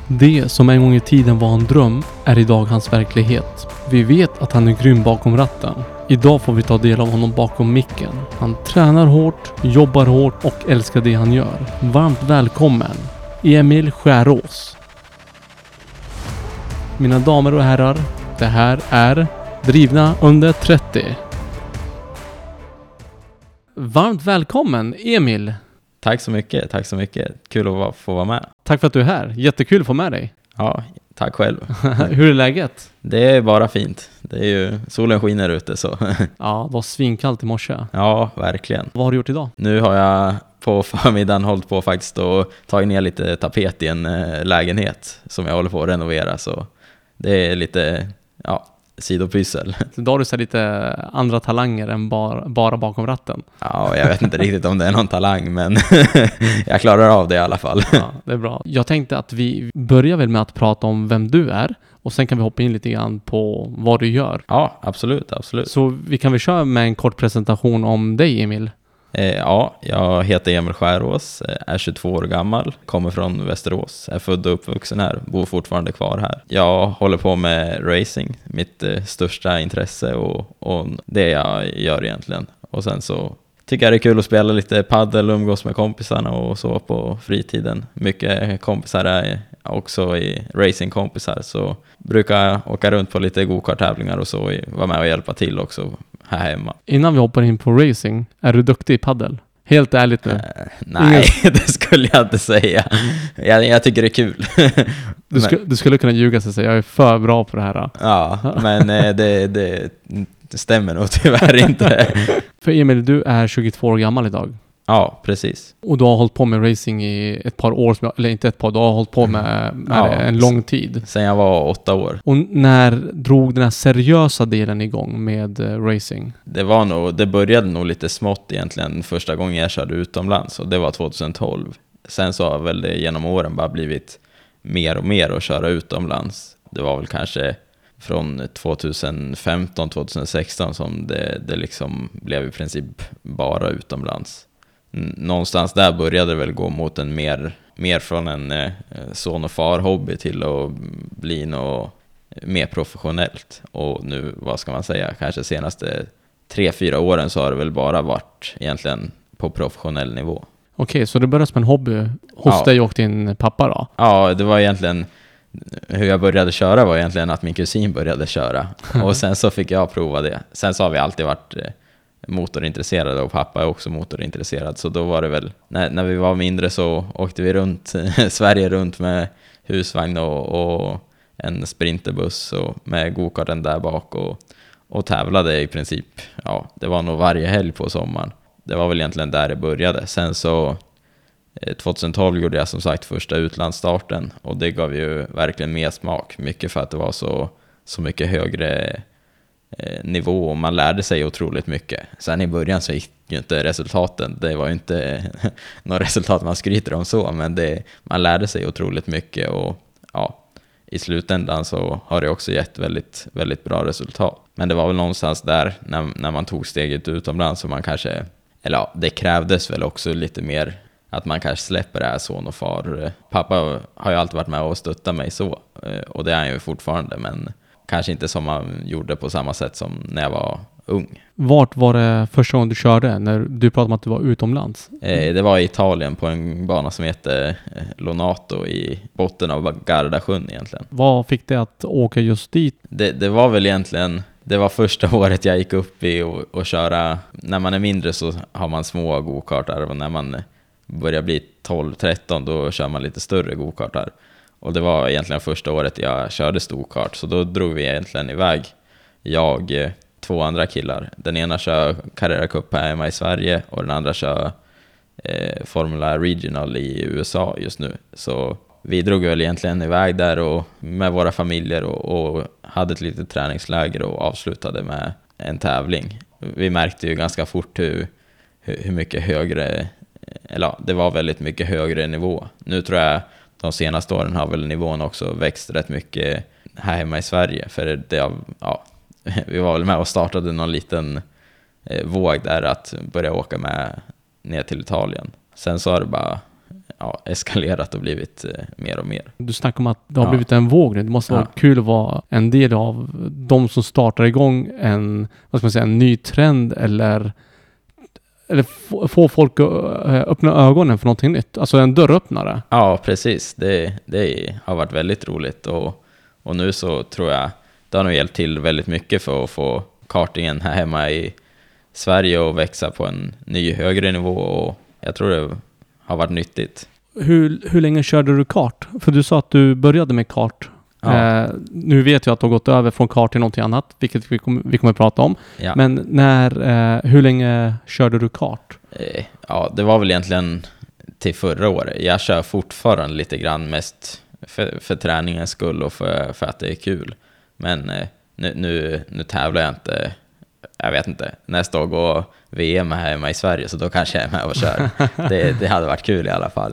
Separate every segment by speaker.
Speaker 1: Det som en gång i tiden var en dröm är idag hans verklighet. Vi vet att han är grym bakom ratten. Idag får vi ta del av honom bakom micken. Han tränar hårt, jobbar hårt och älskar det han gör. Varmt välkommen, Emil Skärås. Mina damer och herrar, det här är Drivna under 30. Varmt välkommen, Emil.
Speaker 2: Tack så mycket, tack så mycket. Kul att få vara med.
Speaker 1: Tack för att du är här. Jättekul att få med dig.
Speaker 2: Ja, tack själv.
Speaker 1: Hur är läget?
Speaker 2: Det är bara fint. Det är ju, solen skiner ute så.
Speaker 1: Ja, det var svinkallt i morse.
Speaker 2: Ja, verkligen.
Speaker 1: Vad har du gjort idag?
Speaker 2: Nu har jag på förmiddagen hållit på faktiskt och tagit ner lite tapet i en lägenhet som jag håller på att renovera. Så det är lite, sidopyssel.
Speaker 1: Då har du så lite andra talanger än bara bakom ratten.
Speaker 2: Ja, jag vet inte riktigt om det är någon talang, men jag klarar av det i alla fall.
Speaker 1: Ja, det är bra. Jag tänkte att vi börjar väl med att prata om vem du är. Och sen kan vi hoppa in lite grann på vad du gör.
Speaker 2: Ja, absolut.
Speaker 1: Så vi kan väl köra med en kort presentation om dig, Emil.
Speaker 2: Ja, jag heter Emil Skärås, är 22 år gammal, kommer från Västerås, är född och uppvuxen här, bor fortfarande kvar här. Jag håller på med racing, mitt största intresse och det jag gör egentligen. Och sen så tycker jag det är kul att spela lite paddel, umgås med kompisarna och så på fritiden. Mycket kompisar är också i racingkompisar, så brukar jag åka runt på lite go-kart-tävlingar och så, vara med och hjälpa till också här hemma.
Speaker 1: Innan vi hoppar in på racing, är du duktig i paddel? Helt ärligt nu.
Speaker 2: Nej, det skulle jag inte säga. Jag tycker det är kul.
Speaker 1: Du skulle kunna ljuga sig och säga jag är för bra på det här.
Speaker 2: Ja, men det stämmer nog tyvärr inte.
Speaker 1: För Emil, du är 22 år gammal idag.
Speaker 2: Ja, precis.
Speaker 1: Och du har hållit på med racing i ett par år, eller inte ett par, du har hållit på med det en lång tid.
Speaker 2: Sen jag var 8 år.
Speaker 1: Och när drog den här seriösa delen igång med racing?
Speaker 2: Det började nog lite smått egentligen första gången jag körde utomlands, och det var 2012. Sen så har väl det genom åren bara blivit mer och mer att köra utomlands. Det var väl kanske från 2015-2016 som det liksom blev i princip bara utomlands. Någonstans där började det väl gå mot en mer från en son och far hobby till att bli något mer professionellt. Och nu, vad ska man säga, kanske senaste 3-4 åren så har det väl bara varit egentligen på professionell nivå.
Speaker 1: Okej, så det började som en hobby hos dig och din pappa då?
Speaker 2: Ja, det var egentligen hur jag började köra var egentligen att min kusin började köra. Och sen så fick jag prova det. Sen så har vi alltid varit motorintresserade, och pappa är också motorintresserad, så då var det väl när vi var mindre så åkte vi runt Sverige runt med husvagn och en sprinterbuss och med go-karten där bak och tävlade i princip. Ja, det var nog varje helg på sommaren. Det var väl egentligen där det började. Sen så 2012 gjorde jag som sagt första utlandsstarten, och det gav ju verkligen mer smak, mycket för att det var så mycket högre nivå, och man lärde sig otroligt mycket. Sen i början så gick ju inte resultaten, det var ju inte några resultat man skryter om så, men man lärde sig otroligt mycket, och ja, i slutändan så har det också gett väldigt, väldigt bra resultat. Men det var väl någonstans där när man tog steget utomlands, så man kanske, eller ja, det krävdes väl också lite mer att man kanske släpper det här son och far. Pappa har ju alltid varit med och stöttat mig så, och det är han ju fortfarande, men kanske inte som man gjorde på samma sätt som när jag var ung.
Speaker 1: Vart var det första gången du körde, när du pratade om att du var utomlands?
Speaker 2: Det var i Italien på en bana som heter Lonato i botten av Gardasjön egentligen.
Speaker 1: Vad fick dig att åka just dit? Det
Speaker 2: var väl egentligen, det var första året jag gick upp i och köra. När man är mindre så har man små go-kartar, och när man börjar bli 12-13 då kör man lite större go-kartar. Och det var egentligen första året jag körde storkart, så då drog vi egentligen iväg. Jag, 2 andra killar. Den ena kör Carrera Cup här hemma i Sverige, och den andra kör Formula Regional i USA just nu. Så vi drog väl egentligen iväg där och med våra familjer och hade ett litet träningsläger och avslutade med en tävling. Vi märkte ju ganska fort hur mycket högre, eller det var väldigt mycket högre nivå. Nu tror jag de senaste åren har väl nivån också växt rätt mycket här hemma i Sverige. För vi var väl med och startade någon liten våg där att börja åka med ner till Italien. Sen så har det bara eskalerat och blivit mer och mer.
Speaker 1: Du snackar om att det har blivit en våg nu. Det måste vara kul att vara en del av de som startar igång en ny trend eller få folk att öppna ögonen för någonting nytt. Alltså en dörröppnare.
Speaker 2: Ja, precis. Det har varit väldigt roligt och nu så tror jag det har nog hjälpt till väldigt mycket för att få kartingen här hemma i Sverige och växa på en ny högre nivå, och jag tror det har varit nyttigt.
Speaker 1: Hur länge körde du kart? För du sa att du började med kart. Ja. Nu vet jag att du har gått över från kart till någonting annat, vilket vi kommer att prata om. Ja. Men hur länge körde du kart?
Speaker 2: Ja, det var väl egentligen till förra året. Jag kör fortfarande lite grann mest för träningens skull och för att det är kul. Men nu tävlar jag inte. Jag vet inte. Nästa år går VM här hemma i Sverige, så då kanske jag är med och kör. Det hade varit kul i alla fall.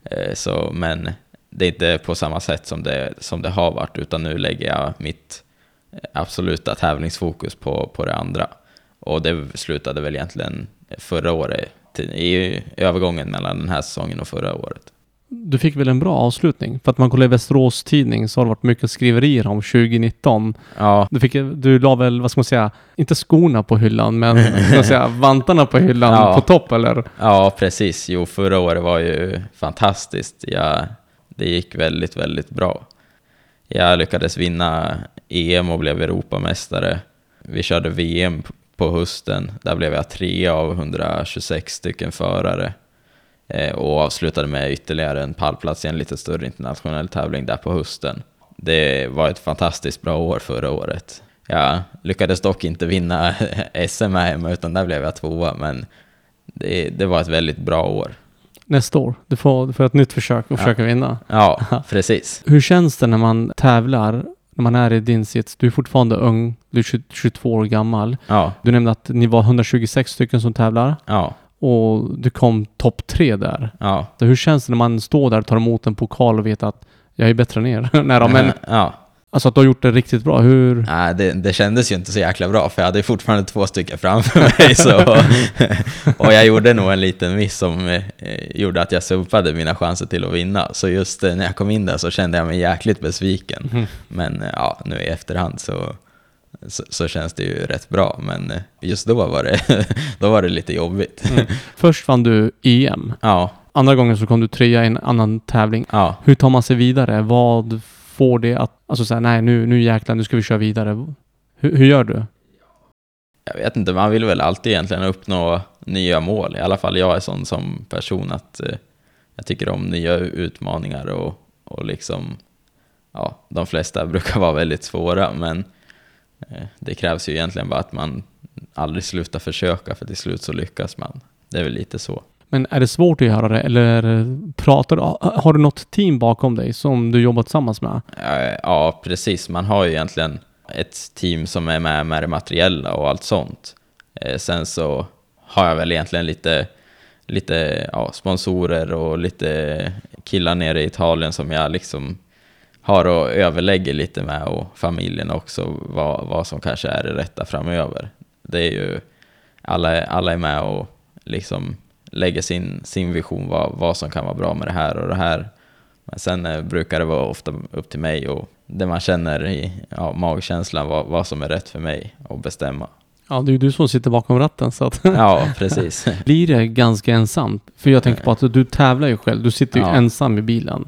Speaker 2: Men det är inte på samma sätt som det har varit, utan nu lägger jag mitt absoluta tävlingsfokus på det andra. Och det slutade väl egentligen förra året, i övergången mellan den här säsongen och förra året.
Speaker 1: Du fick väl en bra avslutning? För att man kollar i Västerås tidning så har det varit mycket skriverier om 2019.
Speaker 2: Ja.
Speaker 1: Du la väl, vad ska man säga, inte skorna på hyllan, men vantarna på hyllan på topp, eller?
Speaker 2: Ja, precis. Jo, förra året var ju fantastiskt. Det gick väldigt, väldigt bra. Jag lyckades vinna EM och blev Europamästare. Vi körde VM på hösten. Där blev jag 3 av 126 stycken förare. Och avslutade med ytterligare en pallplats i en lite större internationell tävling där på hösten. Det var ett fantastiskt bra år förra året. Jag lyckades dock inte vinna SM hemma, utan där blev jag 2, men det var ett väldigt bra år.
Speaker 1: Nästa år, du får ett nytt försök och försöka vinna.
Speaker 2: Ja, precis.
Speaker 1: Hur känns det när man tävlar, när man är i din sits? Du är fortfarande ung, du är 22 år gammal. Ja. Du nämnde att ni var 126 stycken som tävlar. Ja. Och du kom topp 3 där. Ja. Så hur känns det när man står där och tar emot en pokal och vet att jag är bättre än er? Men alltså att du har gjort det riktigt bra. Hur?
Speaker 2: Nej, det kändes ju inte så jäkla bra, för jag hade fortfarande 2 stycken framför mig. Och jag gjorde nog en liten miss som gjorde att jag sumpade mina chanser till att vinna. Så just när jag kom in där så kände jag mig jäkligt besviken. Mm. Men nu i efterhand så känns det ju rätt bra, men just då var det lite jobbigt. Mm.
Speaker 1: Först vann du EM. Ja. Andra gången så kom du 3 i en annan tävling. Ja. Hur tar man sig vidare? Vad får det att, alltså så här, nej nu jäklar, nu ska vi köra vidare. Hur gör du?
Speaker 2: Jag vet inte, man vill väl alltid egentligen uppnå nya mål. I alla fall jag är sån som person att jag tycker om nya utmaningar och liksom, de flesta brukar vara väldigt svåra, men det krävs ju egentligen bara att man aldrig slutar försöka, för till slut så lyckas man. Det är väl lite så. Men
Speaker 1: är det svårt att göra det, eller har du något team bakom dig som du jobbar tillsammans med?
Speaker 2: Ja, precis. Man har ju egentligen ett team som är med det materiella och allt sånt. Sen så har jag väl egentligen lite sponsorer och lite killar nere i Italien som jag liksom har och överlägger lite med, och familjen också, vad som kanske är det rätta framöver. Det är ju alla är med och liksom lägger sin vision vad som kan vara bra med det här och det här. Men sen brukar det vara ofta upp till mig och det man känner i magkänslan vad som är rätt för mig att bestämma.
Speaker 1: Ja, det är ju du som sitter bakom ratten, så att
Speaker 2: ja, precis.
Speaker 1: Blir det ganska ensamt? För jag tänker på att du tävlar ju själv. Du sitter ju ensam i bilen.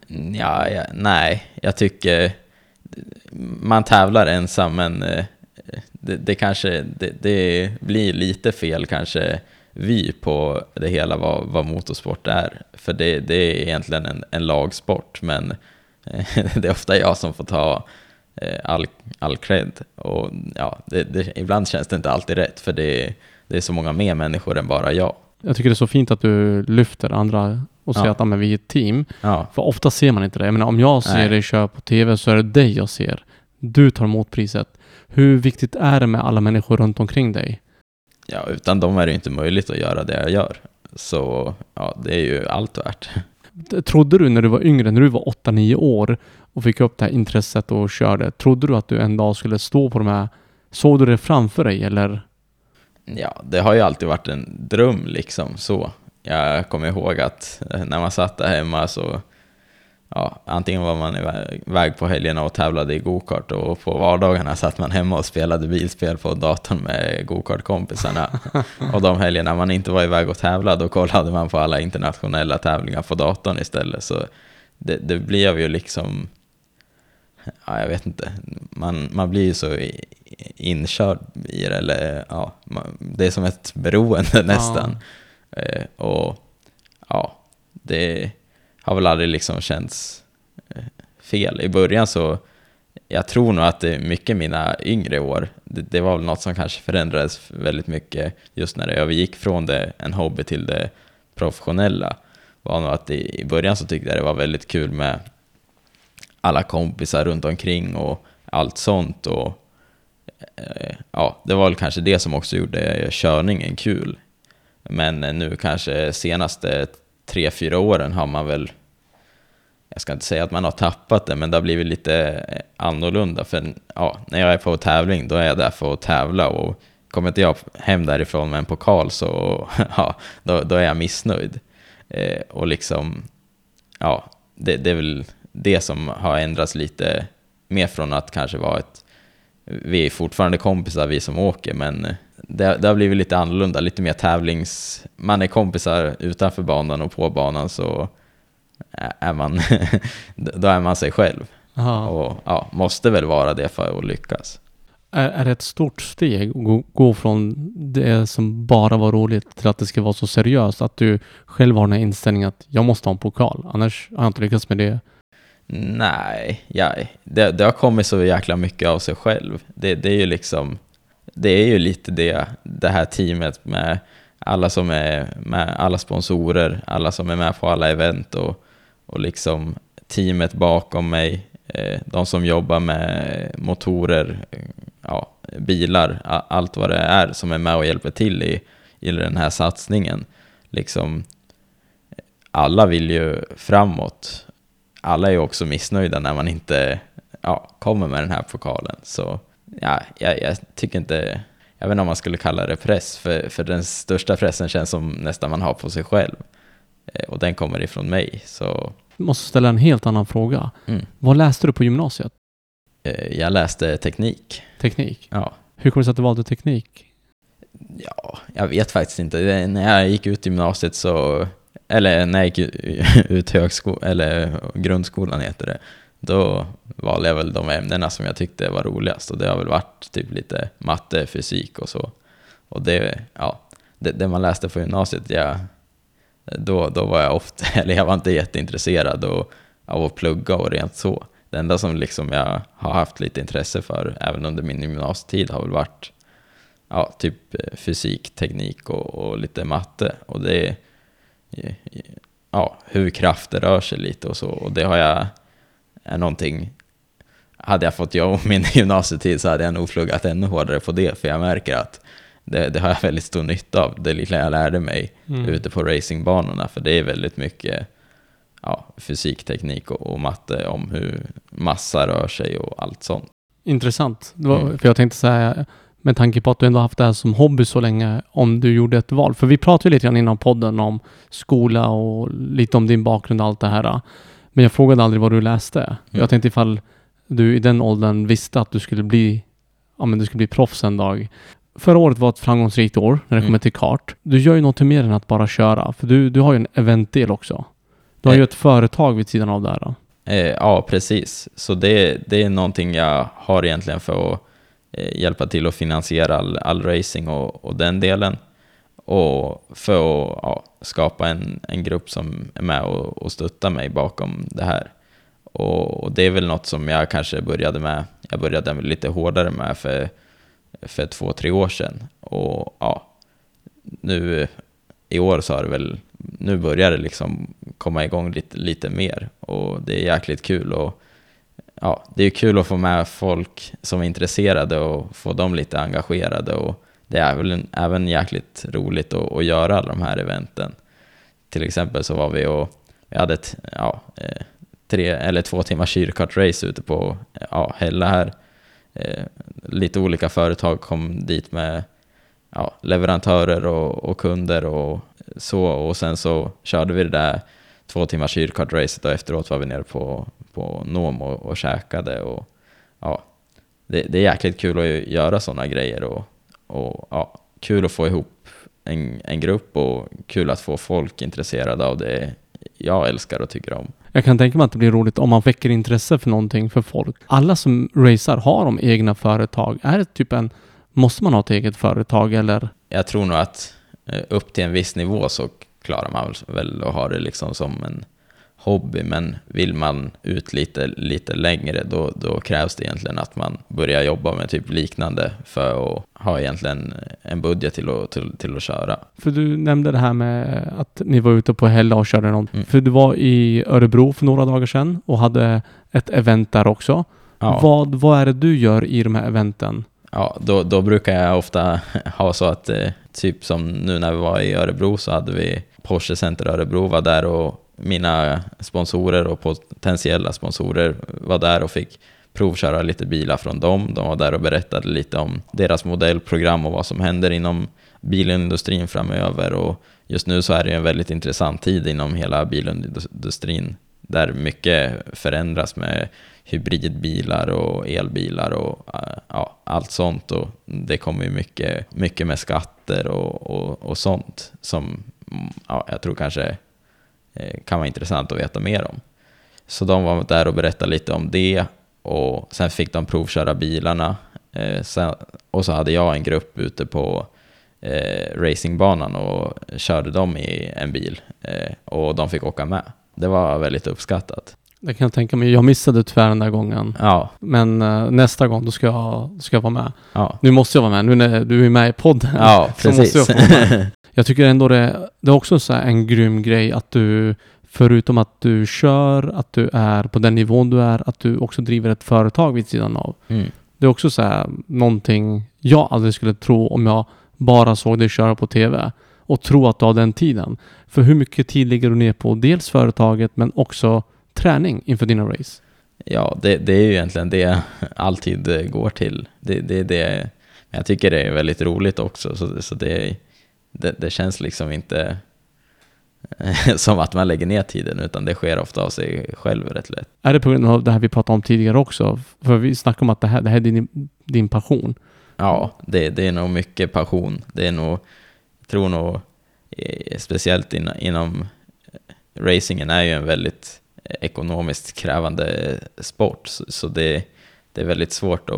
Speaker 2: Nej, jag tycker man tävlar ensam, men det kanske det blir lite fel kanske på det hela vad motorsport är, för det är egentligen en lagsport, men det är ofta jag som får ta all cred, och ibland känns det inte alltid rätt, för det är så många mer människor än bara jag.
Speaker 1: Jag tycker det är så fint att du lyfter andra och säger att vi är ett team. Ja. För ofta ser man inte det. Jag menar, om jag ser dig köra på tv så är det dig jag ser. Du tar emot priset. Hur viktigt är det med alla människor runt omkring dig?
Speaker 2: Ja, utan dem är det inte möjligt att göra det jag gör. Så det är ju allt värt.
Speaker 1: Trodde du när du var yngre, när du var 8-9 år och fick upp det här intresset och körde, trodde du att du en dag skulle stå på de här, såg du det framför dig eller?
Speaker 2: Ja, det har ju alltid varit en dröm liksom så. jag kommer ihåg att när man satt där hemma så antingen var man iväg på helgerna och tävlade i go-kart, och på vardagarna satt man hemma och spelade bilspel på datorn med go-kart-kompisarna. Och de helgerna man inte var iväg och tävlade, då kollade man på alla internationella tävlingar på datorn istället. Så det blev ju liksom, jag vet inte, man blir ju så inkörd i det, eller det är som ett beroende nästan. Och det har väl aldrig liksom känts fel. I början så, jag tror nog att det är mycket mina yngre år, det var väl något som kanske förändrades väldigt mycket just när det övergick från en hobby till det professionella. Var nog att i början så tyckte jag det var väldigt kul med alla kompisar runt omkring och allt sånt, och det var väl kanske det som också gjorde körningen kul. Men nu kanske senaste 3-4 åren har man väl, jag ska inte säga att man har tappat det, men det har blivit lite annorlunda. För när jag är på tävling, då är jag där för att tävla, och kommer inte jag hem därifrån med en pokal så då är jag missnöjd. Och liksom, det är väl det som har ändrats lite mer från att kanske vara vi är fortfarande kompisar vi som åker, men det har blivit lite annorlunda, lite mer man är kompisar utanför banan, och på banan så är man då är man sig själv. Aha. Och måste väl vara det för att lyckas.
Speaker 1: Är det ett stort steg att gå från det som bara var roligt till att det ska vara så seriöst, att du själv har den här inställningen att jag måste ha en pokal, annars har jag inte lyckats med det?
Speaker 2: Nej, det har kommit så jäkla mycket av sig själv. Det är ju liksom, det är ju lite det här teamet med alla som är med, alla sponsorer, alla som är med på alla event, och liksom teamet bakom mig, de som jobbar med motorer, bilar, allt vad det är som är med och hjälper till i den här satsningen. Liksom, alla vill ju framåt. Alla är ju också missnöjda när man inte kommer med den här pokalen. Så jag tycker inte, jag vet inte om man skulle kalla det press, för den största pressen känns som nästan man har på sig själv. Och den kommer ifrån mig. Så
Speaker 1: jag måste ställa en helt annan fråga. Vad läste du på gymnasiet?
Speaker 2: Jag läste teknik.
Speaker 1: Teknik?
Speaker 2: Ja.
Speaker 1: Hur kom det sig att du valde teknik?
Speaker 2: Ja, jag vet faktiskt inte. När jag gick ut gymnasiet så, eller när jag gick ut eller grundskolan heter det, då valde jag väl de ämnena som jag tyckte var roligast, och det har väl varit typ lite matte, fysik och så. Och det man läste på gymnasiet, då var jag ofta, eller jag var inte jätteintresserad av att plugga och rent så. Det enda som liksom jag har haft lite intresse för även under min gymnasietid har väl varit typ fysik, teknik och lite matte, och det hur krafter rör sig lite och så, och det har jag någonting, hade jag fått jobb min gymnasietid så hade jag nog pluggat ännu hårdare på det, för jag märker att det har jag väldigt stor nytta av, det lilla jag lärde mig ute på racingbanorna, för det är väldigt mycket fysik, teknik och matte om hur massa rör sig och allt sånt.
Speaker 1: Intressant. För jag tänkte säga, med tanke på att du ändå haft det här som hobby så länge, om du gjorde ett val. För vi pratade ju lite grann innan podden om skola och lite om din bakgrund och allt det här. Men jag frågade aldrig vad du läste. Jag tänkte ifall du i den åldern visste att du skulle bli proffs en dag. Förra året var ett framgångsrikt år när det kommer till kart. Du gör ju något mer än att bara köra. För du har ju en eventdel också. Du har ju ett företag vid sidan av det här.
Speaker 2: Ja, precis. Så det är någonting jag har egentligen för att hjälpa till att finansiera all racing och den delen. Och för att skapa en grupp som är med och stöttar mig bakom det här. Och det är väl något som jag kanske började med. Jag började lite hårdare med för 2-3 år sedan. Och nu i år så har det väl, nu börjar det liksom komma igång lite mer, och det är jäkligt kul, och det är kul att få med folk som är intresserade och få dem lite engagerade, och det är väl även jäkligt roligt att göra alla de här eventen. Till exempel så var vi hade ett 3 eller 2 timmars kyrkartrace ute på Hälla här. Lite olika företag kom dit med leverantörer och kunder, och Så, och sen så körde vi det där 2 timmars hyrkartracet och efteråt var vi nere på Nom och käkade. Och ja, det är jäkligt kul att göra sådana grejer och ja, kul att få ihop en grupp och kul att få folk intresserade av det jag älskar och tycker om.
Speaker 1: Jag kan tänka mig att det blir roligt om man väcker intresse för någonting för folk. Alla som racear, har de egna företag? Är det typ måste man ha ett eget företag eller?
Speaker 2: Jag tror nog att upp till en viss nivå så klarar man väl att ha det liksom som en hobby, men vill man ut lite längre då krävs det egentligen att man börjar jobba med typ liknande för att ha egentligen en budget till att köra. För
Speaker 1: du nämnde det här med att ni var ute på Hälla och körde något. För du var i Örebro för några dagar sedan och hade ett event där också. Ja. Vad är det du gör i de här eventen?
Speaker 2: Ja, då brukar jag ofta ha så att typ som nu när vi var i Örebro så hade vi Porsche Center Örebro var där och mina sponsorer och potentiella sponsorer var där och fick provköra lite bilar från dem. De var där och berättade lite om deras modellprogram och vad som händer inom bilindustrin framöver. Och just nu så är det en väldigt intressant tid inom hela bilindustrin där mycket förändras med hybridbilar och elbilar och ja, allt sånt. Och det kommer ju mycket med skatter och sånt som ja, jag tror kanske kan vara intressant att veta mer om. Så de var där och berättade lite om det och sen fick de provköra bilarna. Och så hade jag en grupp ute på racingbanan och körde dem i en bil och de fick åka med. Det var väldigt uppskattat.
Speaker 1: Det kan jag tänka mig. Jag missade tyvärr den där gången.
Speaker 2: Ja.
Speaker 1: Men nästa gång då ska jag vara med.
Speaker 2: Ja.
Speaker 1: Nu måste jag vara med. Nu när du är med i podden.
Speaker 2: Ja, precis.
Speaker 1: Så måste jag få vara med. Jag tycker ändå det är också så här en grym grej att du, förutom att du kör, att du är på den nivån du är, att du också driver ett företag vid sidan av. Det är också så här någonting jag aldrig skulle tro om jag bara såg dig köra på tv och tro att du har den tiden. För hur mycket tid ligger du ner på dels företaget men också träning inför dina race?
Speaker 2: Ja, det är ju egentligen det alltid går till. Det. Jag tycker det är väldigt roligt också, så det känns liksom inte som att man lägger ner tiden, utan det sker ofta av sig själv rätt lätt.
Speaker 1: Är det på grund av det här vi pratade om tidigare också? För vi snackade om att det här är din passion.
Speaker 2: Ja, det är nog mycket passion. Det är nog, jag tror nog, speciellt inom racingen är ju en väldigt ekonomiskt krävande sport, så det är väldigt svårt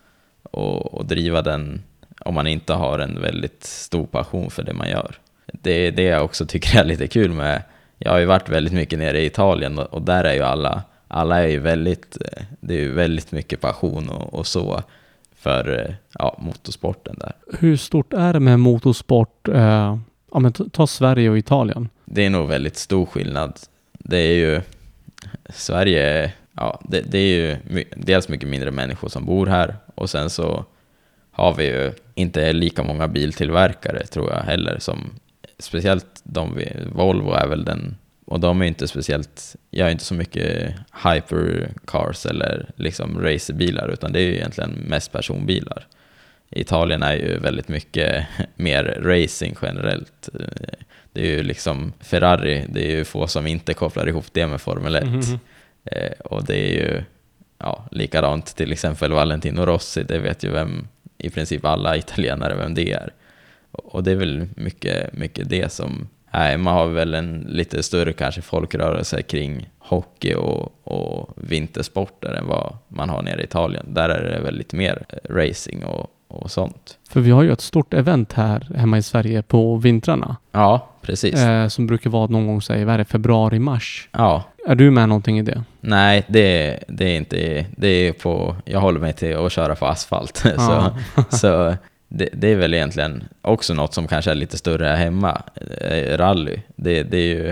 Speaker 2: att driva den om man inte har en väldigt stor passion för det man gör. Det är det jag också tycker är lite kul med. Jag har ju varit väldigt mycket nere i Italien och där är ju alla är ju väldigt, det är ju väldigt mycket passion och så för motorsporten där.
Speaker 1: Hur stort är det med motorsport? Men ta Sverige och Italien.
Speaker 2: Det är nog väldigt stor skillnad. Det är ju Sverige, det är ju dels mycket mindre människor som bor här och sen så har vi ju inte lika många biltillverkare tror jag heller, som speciellt Volvo är väl den, och de är inte speciellt, jag är inte så mycket hypercars eller liksom racerbilar, utan det är ju egentligen mest personbilar. I Italien är ju väldigt mycket mer racing generellt. Det är ju liksom Ferrari, det är ju få som inte kopplar ihop det med Formel 1. Och det är ju likadant till exempel Valentino Rossi, det vet ju i princip alla italienare vem det är. Och det är väl mycket det som man har väl en lite större kanske folkrörelse kring hockey och vintersporter än vad man har nere i Italien. Där är det väl lite mer racing och sånt.
Speaker 1: För vi har ju ett stort event här hemma i Sverige på vintrarna.
Speaker 2: Ja, precis.
Speaker 1: Som brukar vara någon gång februari-mars.
Speaker 2: Ja.
Speaker 1: Är du med någonting i det?
Speaker 2: Nej, det är inte. Det är jag håller mig till att köra på asfalt. Så det är väl egentligen också något som kanske är lite större här hemma. Rally. Det är ju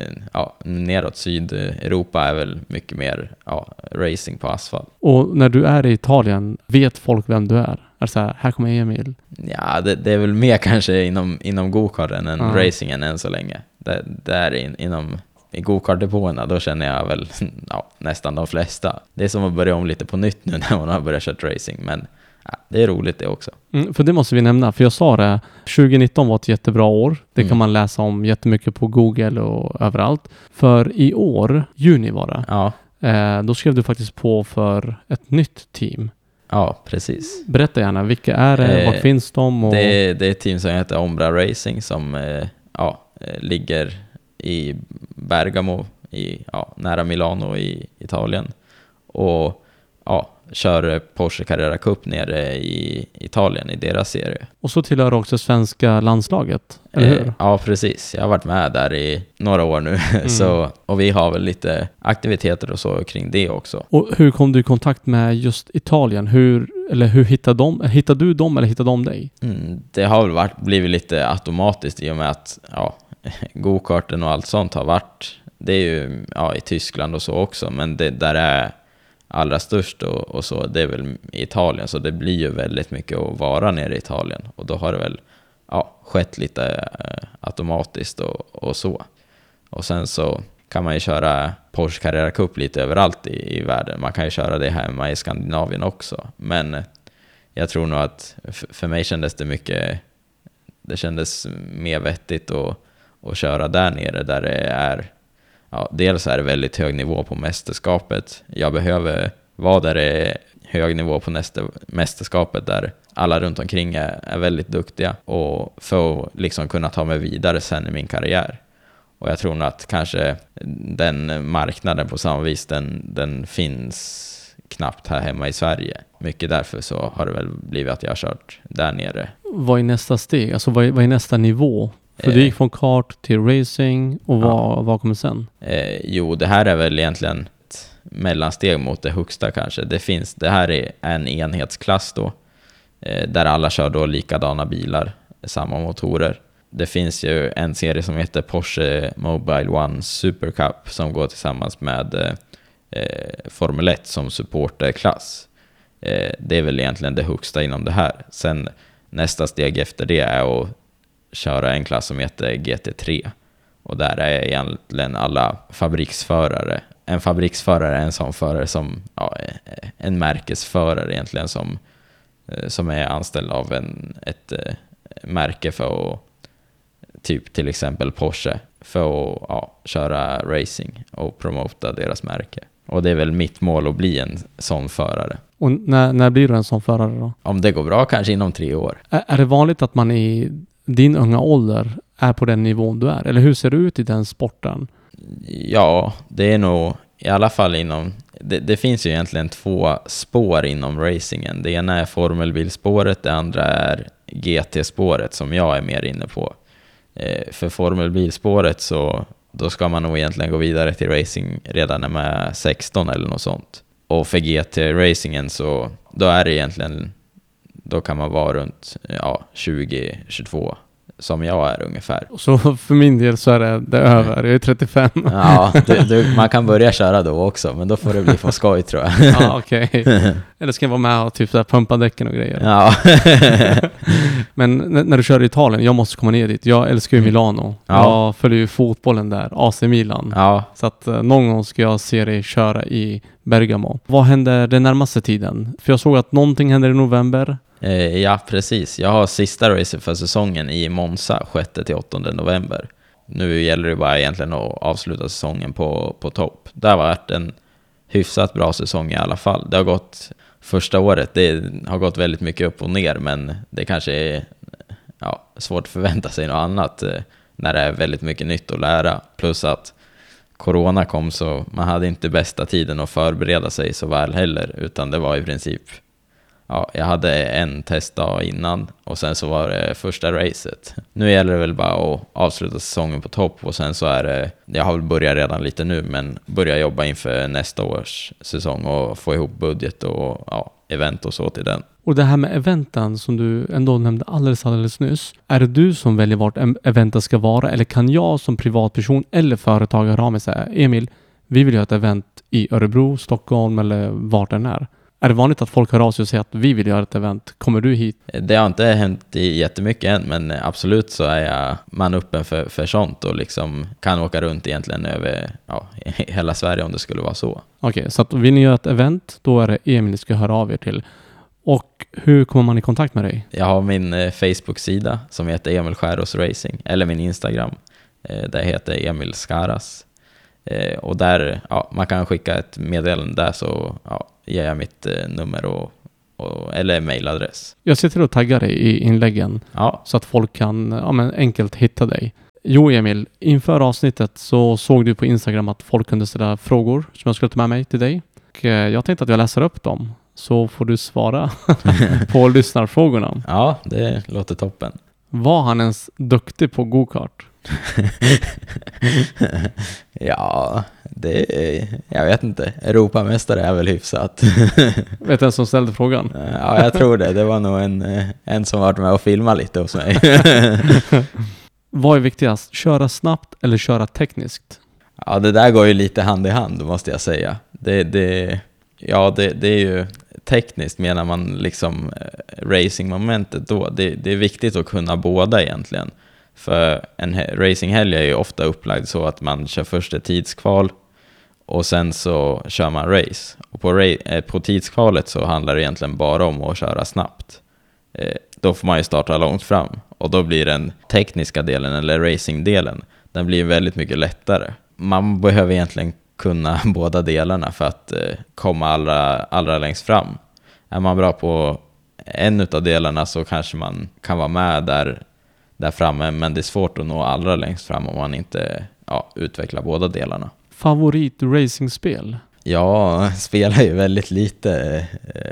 Speaker 2: neråt Sydeuropa är väl mycket mer racing på asfalt.
Speaker 1: Och när du är i Italien, vet folk vem du är? Alltså här kommer Emil.
Speaker 2: Ja, det är väl mer kanske inom go-karten än racingen än så länge. Där inom i go-kart-depåerna, då känner jag väl nästan de flesta. Det är som att börja om lite på nytt nu när man har börjat köra racing, men ja, det är roligt det också.
Speaker 1: För det måste vi nämna, för jag sa det, 2019 var ett jättebra år. Det kan man läsa om jättemycket på Google och överallt. För i år, juni var det,
Speaker 2: Ja.
Speaker 1: Då skrev du faktiskt på för ett nytt team.
Speaker 2: Ja, precis.
Speaker 1: Berätta gärna, vilka är det? Vart finns de? Och...
Speaker 2: Det är ett team som heter Ombra Racing som ligger i Bergamo, nära Milano i Italien. Och kör Porsche Carrera Cup nere i Italien i deras serie.
Speaker 1: Och så tillhör också svenska landslaget, eller hur?
Speaker 2: Ja, precis. Jag har varit med där i några år nu. Och vi har väl lite aktiviteter och så kring det också.
Speaker 1: Och hur kom du i kontakt med just Italien? Hur hittade du dem eller hittade de dig?
Speaker 2: Det har väl blivit lite automatiskt i och med att go-karten och allt sånt har varit, det är ju i Tyskland och så också, men det där är allra störst och så, det är väl i Italien, så det blir ju väldigt mycket att vara nere i Italien, och då har det väl skett lite automatiskt och så. Och sen så kan man ju köra Porsche Carrera Cup lite överallt i världen. Man kan ju köra det hemma i Skandinavien också, men jag tror nog att för mig kändes det kändes mer vettigt att köra där nere, där det är dels är det väldigt hög nivå på mästerskapet. Jag behöver vara där det är hög nivå på mästerskapet, där alla runt omkring är väldigt duktiga, och för att liksom kunna ta mig vidare sen i min karriär. Och jag tror nog att kanske den marknaden på samma vis, den finns knappt här hemma i Sverige. Mycket därför så har det väl blivit att jag har kört där nere.
Speaker 1: Vad är nästa steg? Alltså vad är nästa nivå? För du gick från kart till racing, och vad kommer sen?
Speaker 2: Det här är väl egentligen ett mellansteg mot det högsta kanske. Det här är en enhetsklass då, där alla kör då likadana bilar, samma motorer. Det finns ju en serie som heter Porsche Mobile One Super Cup som går tillsammans med Formel 1 som supporterklass. Det är väl egentligen det högsta inom det här. Sen nästa steg efter det är att köra en klass som heter GT3. Och där är egentligen alla fabriksförare. En fabriksförare är en sån förare som en märkesförare egentligen, som är anställd av ett märke för att typ till exempel Porsche, för att köra racing och promota deras märke. Och det är väl mitt mål att bli en sån förare.
Speaker 1: Och när blir du en sån förare då?
Speaker 2: Om det går bra, kanske inom 3 år.
Speaker 1: Är det vanligt att man i din unga ålder är på den nivån du är? Eller hur ser det ut i den sporten?
Speaker 2: Ja, det är nog i alla fall inom... Det finns ju egentligen 2 spår inom racingen. Det ena är formelbilspåret, det andra är GT-spåret som jag är mer inne på. För formelbilspåret så då ska man nog egentligen gå vidare till racing redan när man är 16 eller något sånt. Och för GT-racingen så då är det egentligen, då kan man vara runt 20-22 som jag är ungefär.
Speaker 1: Så för min del så är det över, jag är 35.
Speaker 2: Ja, man kan börja köra då också, men då får det bli för skoj tror jag.
Speaker 1: Ja, okej. Eller ska jag vara med och typ så pumpa däcken och grejer.
Speaker 2: Ja.
Speaker 1: Men när du kör i Italien, jag måste komma ner dit. Jag älskar ju Milano.
Speaker 2: Ja.
Speaker 1: Jag följer ju fotbollen där, AC Milan.
Speaker 2: Ja.
Speaker 1: Så att någon gång ska jag se dig köra i Bergamo. Vad händer den närmaste tiden? För jag såg att någonting händer i november.
Speaker 2: Ja, precis. Jag har sista racet för säsongen i Monza, 6-8 november. Nu gäller det bara egentligen att avsluta säsongen på topp. Det har varit en hyfsat bra säsong i alla fall. Det har gått första året, det har gått väldigt mycket upp och ner, men det kanske är svårt att förvänta sig något annat när det är väldigt mycket nytt att lära. Plus att corona kom, så man hade inte bästa tiden att förbereda sig så väl heller, utan det var i princip jag hade en testdag innan och sen så var det första racet. Nu gäller det väl bara att avsluta säsongen på topp, och sen så är det, jag har väl börjat redan lite nu, men börja jobba inför nästa års säsong och få ihop budget och event och så till den.
Speaker 1: Och det här med eventen som du ändå nämnde alldeles nyss. Är det du som väljer vart eventet ska vara, eller kan jag som privatperson eller företagare höra av mig och säga: Emil, vi vill göra ett event i Örebro, Stockholm eller vart den är? Är det vanligt att folk hör av sig och säger att vi vill göra ett event? Kommer du hit?
Speaker 2: Det har inte hänt jättemycket än, men absolut så är man öppen för sånt och liksom kan åka runt egentligen över hela Sverige om det skulle vara så.
Speaker 1: Okej, så att vill ni göra ett event, då är det Emil ni ska höra av er till. Och hur kommer man i kontakt med dig?
Speaker 2: Jag har min Facebook-sida som heter Emil Skärås Racing, eller min Instagram där heter Emil Skaras. Och där, man kan skicka ett meddelande där, så ger jag mitt nummer eller mailadress.
Speaker 1: Jag ser till att tagga dig i inläggen så att folk kan enkelt hitta dig. Jo Emil, inför avsnittet så såg du på Instagram att folk kunde ställa frågor som jag skulle ta med mig till dig. Och jag tänkte att jag läser upp dem, så får du svara på lyssnarfrågorna.
Speaker 2: Ja, det låter toppen.
Speaker 1: Var han ens duktig på go-kart?
Speaker 2: Ja, jag vet inte. Europamästare är väl hyfsat.
Speaker 1: Vet du vem som ställde frågan?
Speaker 2: Ja, jag tror det. Det var nog en som varit med och filmat lite hos mig.
Speaker 1: Vad är viktigast? Köra snabbt eller köra tekniskt?
Speaker 2: Ja, det där går ju lite hand i hand, måste jag säga. Det är ju tekniskt, menar man liksom racingmomentet då. Det är viktigt att kunna båda egentligen. För en racinghelg är ju ofta upplagd så att man kör först ett tidskval och sen så kör man race. Och på tidskvalet så handlar det egentligen bara om att köra snabbt. Då får man ju starta långt fram. Och då blir den tekniska delen, eller racingdelen, den blir väldigt mycket lättare. Man behöver egentligen kunna båda delarna för att komma allra längst fram. Är man bra på en av delarna så kanske man kan vara med där framme, men det är svårt att nå allra längst fram om man inte utvecklar båda delarna.
Speaker 1: Favorit racingspel?
Speaker 2: Jag spelar ju väldigt lite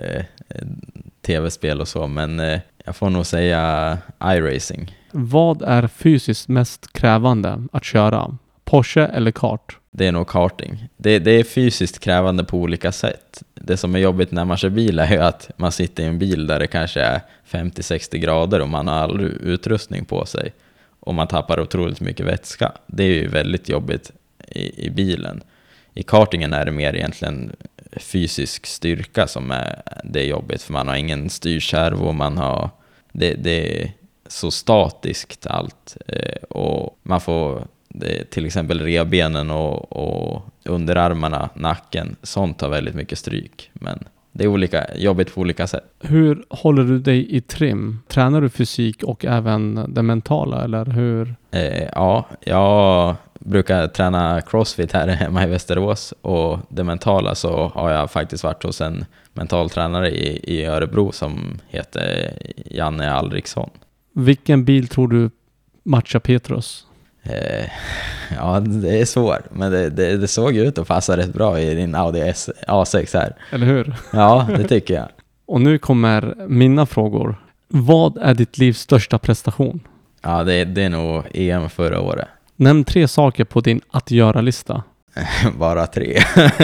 Speaker 2: tv-spel och så, men jag får nog säga iRacing.
Speaker 1: Vad är fysiskt mest krävande att köra? Porsche eller kart?
Speaker 2: Det är nog karting. Det är fysiskt krävande på olika sätt. Det som är jobbigt när man kör bil är ju att man sitter i en bil där det kanske är 50-60 grader och man har all utrustning på sig. Och man tappar otroligt mycket vätska. Det är ju väldigt jobbigt i bilen. I kartingen är det mer egentligen fysisk styrka som det är jobbigt. För man har ingen styrkärv och det är så statiskt allt. Och man får till exempel revbenen och underarmarna, nacken, sånt tar väldigt mycket stryk. Men det är jobbigt på olika sätt.
Speaker 1: Hur håller du dig i trim? Tränar du fysik och även det mentala, eller hur?
Speaker 2: Ja, jag brukar träna crossfit här hemma i Västerås, och det mentala så har jag faktiskt varit hos en mentaltränare i Örebro som heter Janne Alriksson. Vilken
Speaker 1: bil tror du matchar Petrus?
Speaker 2: Ja, det är svårt, men det såg ut att passa rätt bra i din Audi A6 här.
Speaker 1: Eller hur?
Speaker 2: Ja, det tycker jag.
Speaker 1: Och nu kommer mina frågor. Vad är ditt livs största prestation?
Speaker 2: Ja, det är nog EM förra året.
Speaker 1: Nämn 3 saker på din att göra-lista.
Speaker 2: Bara 3.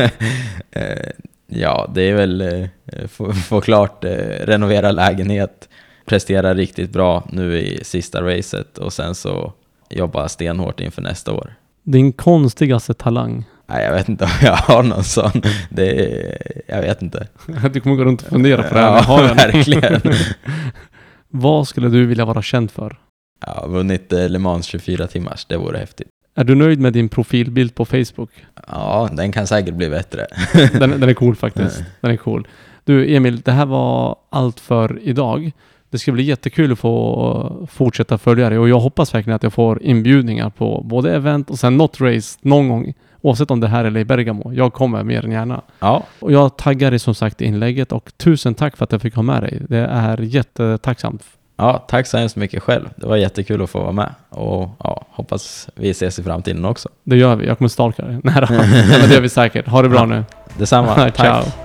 Speaker 2: Ja, det är väl få klart, renovera lägenhet, prestera riktigt bra nu i sista racet och sen så jobba stenhårt inför nästa år.
Speaker 1: Din konstigaste talang?
Speaker 2: Nej, jag vet inte om jag har någon sån. Jag vet inte.
Speaker 1: Du kommer gå runt och fundera på det här.
Speaker 2: Ja,
Speaker 1: har jag
Speaker 2: verkligen.
Speaker 1: Vad skulle du vilja vara känd för?
Speaker 2: Jag har vunnit Le Mans 24 timmars. Det vore häftigt.
Speaker 1: Är du nöjd med din profilbild på Facebook?
Speaker 2: Ja, den kan säkert bli bättre.
Speaker 1: Den är cool faktiskt. Den är cool. Du Emil, det här var allt för idag. Det ska bli jättekul att få fortsätta följa dig, och jag hoppas verkligen att jag får inbjudningar på både event och sen något race någon gång, oavsett om det här eller i Bergamo. Jag kommer mer än gärna.
Speaker 2: Ja.
Speaker 1: Och jag taggar dig som sagt i inlägget, och tusen tack för att jag fick ha med dig. Det är jättetacksamt.
Speaker 2: Ja, tack så hemskt mycket själv. Det var jättekul att få vara med, och hoppas vi ses i framtiden också.
Speaker 1: Det gör vi. Jag kommer stalka dig. Nej, men det gör vi säkert. Ha det bra nu.
Speaker 2: Detsamma. Tack.
Speaker 1: Ciao.